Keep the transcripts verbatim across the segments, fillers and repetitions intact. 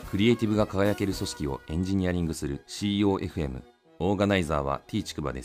クリエイティブが輝ける組織をエンジニアリングする シーイーオーエフエム。 オーガナイザーは T ちくばです。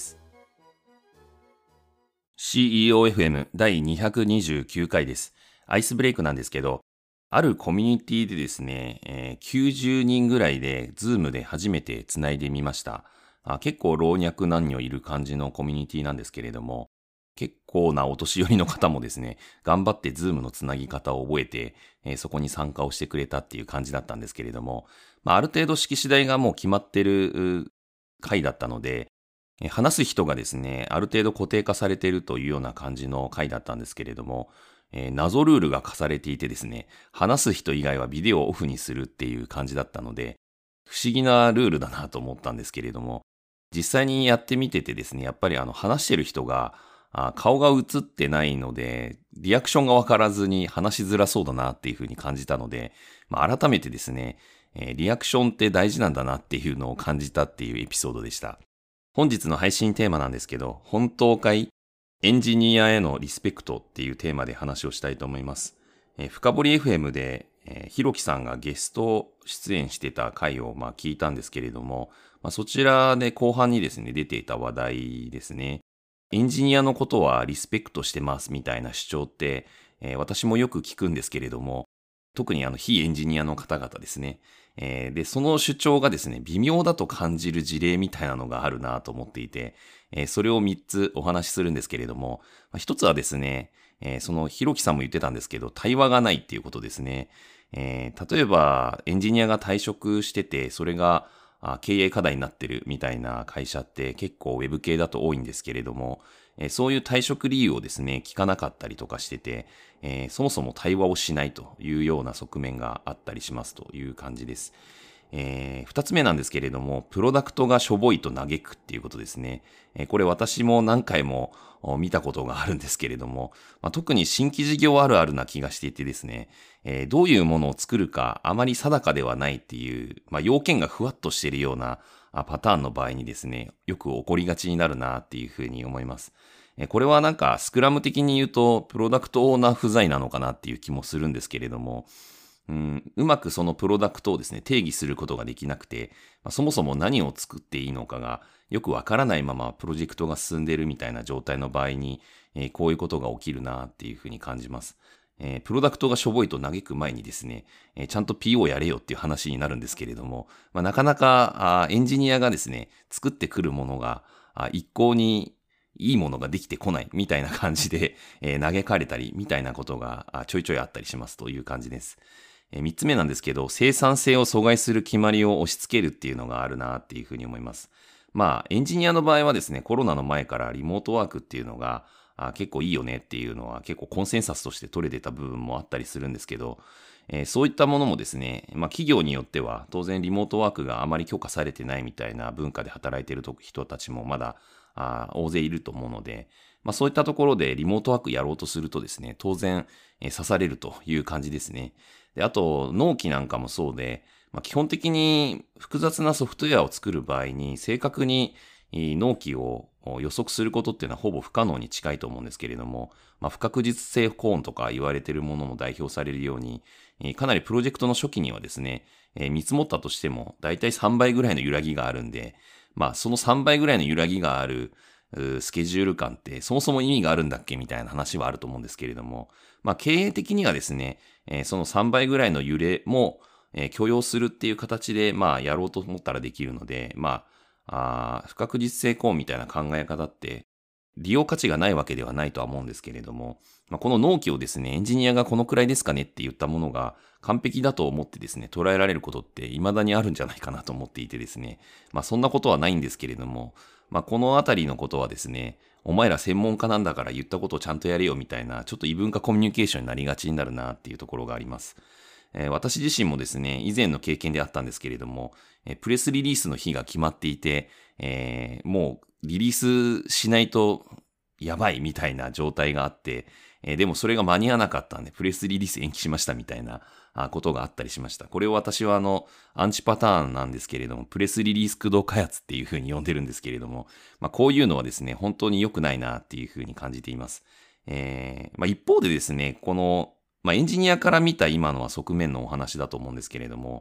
シーイーオーエフエム だいにひゃくにじゅうきゅうかいです。アイスブレイクなんですけど、あるコミュニティでですね、えー、きゅうじゅうにんぐらいで Zoom で初めてつないでみました。あ結構老若男女いる感じのコミュニティなんですけれども、結構なお年寄りの方もですね、頑張って Zoom のつなぎ方を覚えて、えーそこに参加をしてくれたっていう感じだったんですけれども、まあ、ある程度式次第がもう決まってるう回だったので、えー話す人がですね、ある程度固定化されているというような感じの回だったんですけれども、えー謎ルールが課されていてですね、話す人以外はビデオをオフにするっていう感じだったので、不思議なルールだなと思ったんですけれども、実際にやってみててですね、やっぱりあの話してる人があ顔が映ってないので、リアクションがわからずに話しづらそうだなっていうふうに感じたので、まあ、改めてですね、えーリアクションって大事なんだなっていうのを感じたっていうエピソードでした。本日の配信テーマなんですけど、本当かいエンジニアへのリスペクトっていうテーマで話をしたいと思います。えー深掘り エフエム で、えーひろきさんがゲスト出演してた回をまあ聞いたんですけれども、まあ、そちらで後半にですね、出ていた話題ですね。エンジニアのことはリスペクトしてますみたいな主張って、えー私もよく聞くんですけれども、特にあの非エンジニアの方々ですね。えーで、その主張がですね、微妙だと感じる事例みたいなのがあるなと思っていて、えーそれをみっつお話しするんですけれども、まあ、ひとつはですね、えーそのひろきさんも言ってたんですけど、対話がないっていうことですね。えー例えば、エンジニアが退職してて、それがあ経営課題になってるみたいな会社って結構ウェブ系だと多いんですけれども、えーそういう退職理由をですね、聞かなかったりとかしてて、えーそもそも対話をしないというような側面があったりしますという感じです。えー二つ目なんですけれども、プロダクトがしょぼいと嘆くっていうことですね。えーこれ私も何回もお見たことがあるんですけれども、まあ、特に新規事業あるあるな気がしていてですね、えーどういうものを作るかあまり定かではないっていう、まあ、要件がふわっとしているようなあパターンの場合にですね、よく起こりがちになるなっていうふうに思います。えーこれはなんかスクラム的に言うと、プロダクトオーナー不在なのかなっていう気もするんですけれども、うん、うまくそのプロダクトをですね、定義することができなくて、まあ、そもそも何を作っていいのかがよくわからないままプロジェクトが進んでいるみたいな状態の場合に、えーこういうことが起きるなっていうふうに感じます。えープロダクトがしょぼいと嘆く前にですね、えーちゃんと ピーオー やれよっていう話になるんですけれども、まあ、なかなかあーエンジニアがですね、作ってくるものがあ一向にいいものができてこないみたいな感じで、えー嘆かれたりみたいなことがあちょいちょいあったりしますという感じです。えー三つ目なんですけど、生産性を阻害する決まりを押し付けるっていうのがあるなっていうふうに思います。まあ、エンジニアの場合はですね、コロナの前からリモートワークっていうのがあ結構いいよねっていうのは結構コンセンサスとして取れてた部分もあったりするんですけど、えーそういったものもですね、まあ企業によっては当然リモートワークがあまり許可されてないみたいな文化で働いている人たちもまだあ大勢いると思うので、まあそういったところでリモートワークやろうとするとですね、当然、えー刺されるという感じですね。で、あと、納期なんかもそうで、まあ、基本的に複雑なソフトウェアを作る場合に正確にえー納期を予測することっていうのはほぼ不可能に近いと思うんですけれども、まあ、不確実性コーンとか言われているものも代表されるように、えーかなりプロジェクトの初期にはですね、えー見積もったとしてもだいたいさんばいぐらいの揺らぎがあるんで、まあそのさんばいぐらいの揺らぎがあるうースケジュール感ってそもそも意味があるんだっけみたいな話はあると思うんですけれども、まあ経営的にはですね、えーそのさんばいぐらいの揺れも、えー許容するっていう形で、まあ、やろうと思ったらできるので、まあ、あー不確実性コーンみたいな考え方って、利用価値がないわけではないとは思うんですけれども、まあ、この納期をですね、エンジニアがこのくらいですかねって言ったものが完璧だと思ってですね、捉えられることって未だにあるんじゃないかなと思っていてですね、まあそんなことはないんですけれども、まあこのあたりのことはですね、お前ら専門家なんだから言ったことをちゃんとやれよみたいな、ちょっと異文化コミュニケーションになりがちになるなっていうところがあります。えー私自身もですね、以前の経験であったんですけれども、えープレスリリースの日が決まっていて、えーもうリリースしないとやばいみたいな状態があって、えーでもそれが間に合わなかったんで、プレスリリース延期しましたみたいなあことがあったりしました。これを私はあの、アンチパターンなんですけれども、プレスリリース駆動開発っていうふうに呼んでるんですけれども、まあこういうのはですね、本当に良くないなっていうふうに感じています。えーまあ一方でですね、このまあ、エンジニアから見た今のは側面のお話だと思うんですけれども、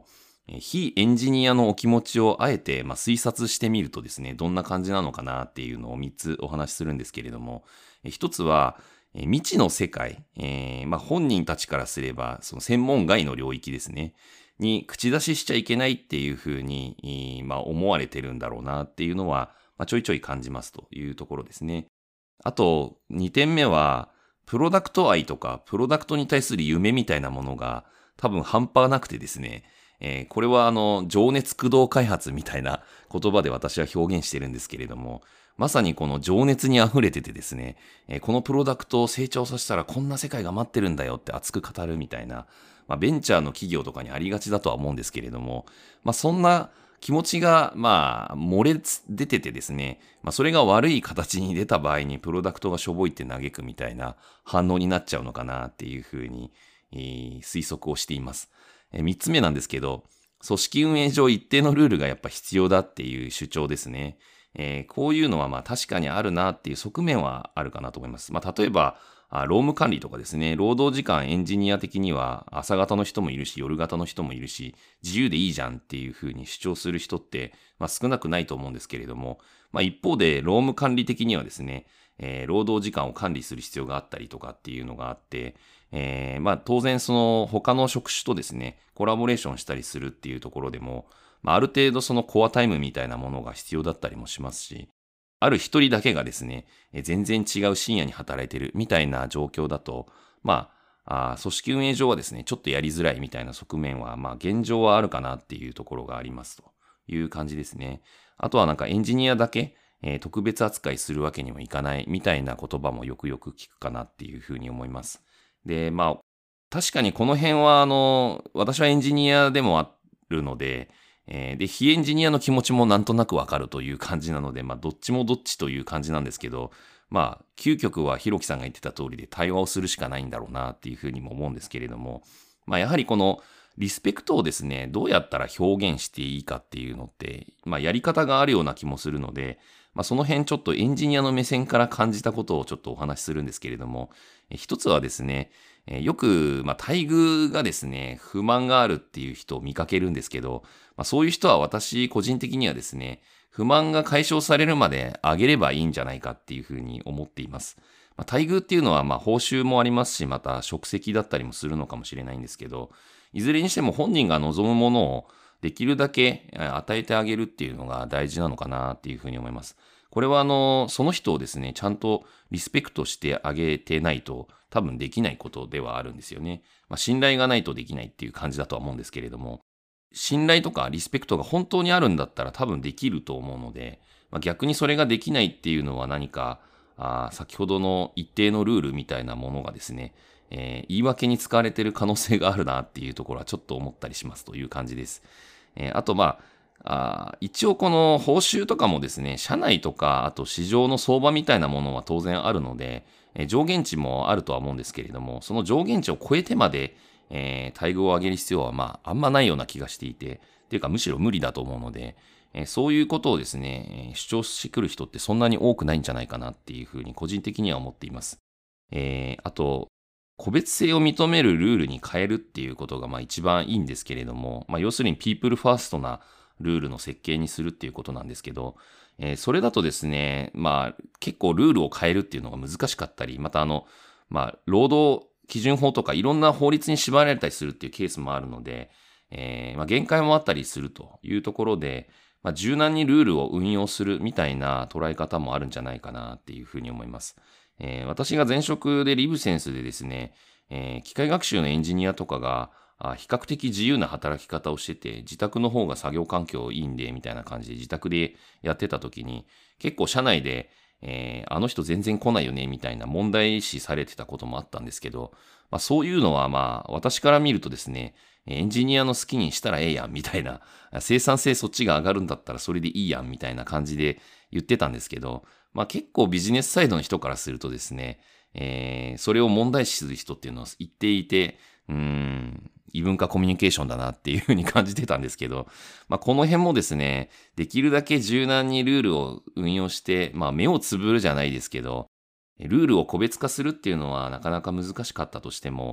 え非エンジニアのお気持ちをあえて、まあ、推察してみるとですね、どんな感じなのかなっていうのをみっつお話しするんですけれども、えひとつは、え未知の世界、えーまあ、本人たちからすれば、その専門外の領域ですね、に口出ししちゃいけないっていうふうに、いまあ、思われてるんだろうなっていうのは、まあ、ちょいちょい感じますというところですね。あと、にてんめは、プロダクト愛とか、プロダクトに対する夢みたいなものが多分半端なくてですね、えーこれはあの、情熱駆動開発みたいな言葉で私は表現してるんですけれども、まさにこの情熱に溢れててですね、えーこのプロダクトを成長させたらこんな世界が待ってるんだよって熱く語るみたいな、まあ、ベンチャーの企業とかにありがちだとは思うんですけれども、まあ、そんな気持ちが、まあ、漏れ出ててですね、まあ、それが悪い形に出た場合にプロダクトがしょぼいって嘆くみたいな反応になっちゃうのかなっていうふうに、えー推測をしています。えー三つ目なんですけど、組織運営上一定のルールがやっぱ必要だっていう主張ですね。えーこういうのはまあ確かにあるなっていう側面はあるかなと思います。まあ例えば、あ労務管理とかですね、労働時間エンジニア的には朝型の人もいるし、夜型の人もいるし、自由でいいじゃんっていうふうに主張する人って、まあ、少なくないと思うんですけれども、まあ、一方で労務管理的にはですね、えー労働時間を管理する必要があったりとかっていうのがあって、えーまあ当然その他の職種とですね、コラボレーションしたりするっていうところでも、まあある程度そのコアタイムみたいなものが必要だったりもしますし、ある一人だけがですね、え全然違う深夜に働いてるみたいな状況だと、まあ、あー組織運営上はですね、ちょっとやりづらいみたいな側面は、まあ現状はあるかなっていうところがありますという感じですね。あとはなんかエンジニアだけ、えー特別扱いするわけにもいかないみたいな言葉もよくよく聞くかなっていうふうに思います。で、まあ、確かにこの辺は、あの、私はエンジニアでもあるので、えーで、非エンジニアの気持ちもなんとなくわかるという感じなので、まあ、どっちもどっちという感じなんですけど、まあ、究極はひろきさんが言ってた通りで対話をするしかないんだろうなっていうふうにも思うんですけれども、まあ、やはりこのリスペクトをですね、どうやったら表現していいかっていうのって、まあ、やり方があるような気もするので、まあ、その辺ちょっとエンジニアの目線から感じたことをちょっとお話しするんですけれども、え一つはですね、えーよく、まあ、待遇がですね、不満があるっていう人を見かけるんですけど、まあ、そういう人は私個人的にはですね、不満が解消されるまで上げればいいんじゃないかっていうふうに思っています。まあ、待遇っていうのは、まあ、報酬もありますし、また職責だったりもするのかもしれないんですけど、いずれにしても本人が望むものをできるだけえー与えてあげるっていうのが大事なのかなっていうふうに思います。これはあの、その人をですね、ちゃんとリスペクトしてあげてないと多分できないことではあるんですよね。まあ、信頼がないとできないっていう感じだとは思うんですけれども、信頼とかリスペクトが本当にあるんだったら多分できると思うので、まあ、逆にそれができないっていうのは何か、あー先ほどの一定のルールみたいなものがですね、えー言い訳に使われている可能性があるなっていうところはちょっと思ったりしますという感じです。えーあとまあ、あー一応この報酬とかもですね、社内とか、あと市場の相場みたいなものは当然あるので、えー上限値もあるとは思うんですけれども、その上限値を超えてまで、えー待遇を上げる必要はまあ、あんまないような気がしていて、っていうかむしろ無理だと思うので、えーそういうことをですね、えー主張してくる人ってそんなに多くないんじゃないかなっていうふうに個人的には思っています。えーあと、個別性を認めるルールに変えるっていうことがまあ一番いいんですけれども、まあ要するにピープルファーストなルールの設計にするっていうことなんですけど、えーそれだとですね、まあ結構ルールを変えるっていうのが難しかったり、またあの、まあ労働基準法とかいろんな法律に縛られたりするっていうケースもあるので、えーまあ限界もあったりするというところで、まあ柔軟にルールを運用するみたいな捉え方もあるんじゃないかなっていうふうに思います。えー私が前職でリブセンスでですね、えー機械学習のエンジニアとかが、あ比較的自由な働き方をしてて、自宅の方が作業環境いいんで、みたいな感じで自宅でやってた時に、結構社内で、えーあの人全然来ないよね、みたいな問題視されてたこともあったんですけど、まあそういうのはまあ私から見るとですね、エンジニアの好きにしたらええやん、みたいな、生産性そっちが上がるんだったらそれでいいやん、みたいな感じで言ってたんですけど、まあ結構ビジネスサイドの人からするとですね、えーそれを問題視する人っていうのは言っていて、うーん、異文化コミュニケーションだなっていうふうに感じてたんですけど、まあこの辺もですね、できるだけ柔軟にルールを運用して、まあ目をつぶるじゃないですけど、ルールを個別化するっていうのはなかなか難しかったとしても、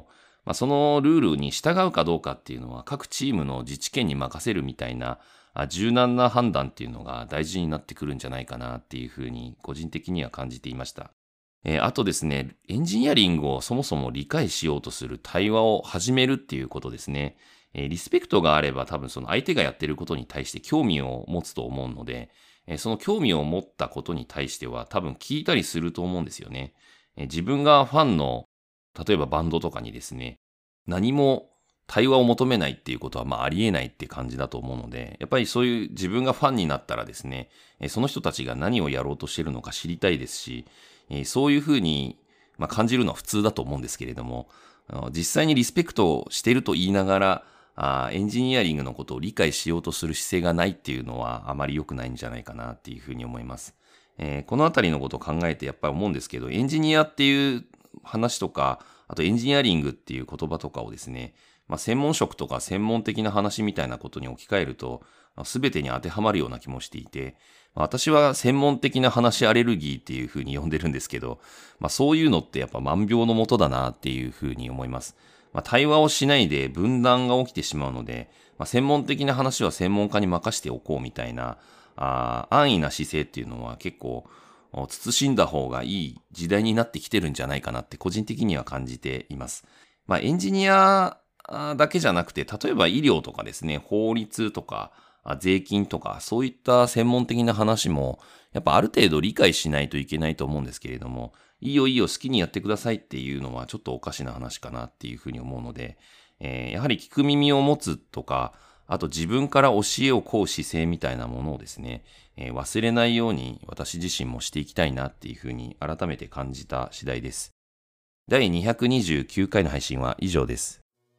まあ、そのルールに従うかどうかっていうのは各チームの自治権に任せるみたいなあ柔軟な判断っていうのが大事になってくるんじゃないかなっていうふうに個人的には感じていました。えーあとですね、エンジニアリングをそもそも理解しようとする対話を始めるっていうことですね。えーリスペクトがあれば多分その相手がやってることに対して興味を持つと思うので、えーその興味を持ったことに対しては多分聞いたりすると思うんですよね。えー自分がファンの、例えばバンドとかにですね、何も対話を求めないっていうことはまあありえないって感じだと思うので、やっぱりそういう自分がファンになったらですね、えーその人たちが何をやろうとしているのか知りたいですし、えーそういうふうに、まあ、感じるのは普通だと思うんですけれども、あの実際にリスペクトをしていると言いながら、あーエンジニアリングのことを理解しようとする姿勢がないっていうのはあまり良くないんじゃないかなっていうふうに思います。えーこのあたりのことを考えてやっぱり思うんですけど、エンジニアっていう話とか、あとエンジニアリングっていう言葉とかをですね、まあ、専門職とか専門的な話みたいなことに置き換えると、すべてに当てはまるような気もしていて、まあ私は専門的な話アレルギーっていうふうに呼んでるんですけど、まあ、そういうのってやっぱ万病のもとだなっていうふうに思います。まあ、対話をしないで分断が起きてしまうので、まあ、専門的な話は専門家に任せておこうみたいな、あー安易な姿勢っていうのは結構、慎んだ方がいい時代になってきてるんじゃないかなって個人的には感じています。まあ、エンジニアだけじゃなくて、例えば医療とかですね、法律とか、あ税金とか、そういった専門的な話も、やっぱある程度理解しないといけないと思うんですけれども、いいよいいよ好きにやってくださいっていうのはちょっとおかしな話かなっていうふうに思うので、えーやはり聞く耳を持つとか、あと自分から教えを請う姿勢みたいなものをですね、えー忘れないように私自身もしていきたいなっていうふうに改めて感じた次第です。だいにひゃくにじゅうきゅうかいの配信は以上です。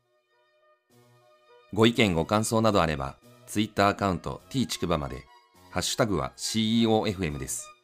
ご意見ご感想などあれば、ツイッターアカウント t ちくばまで、ハッシュタグは シーイーオーエフエム です。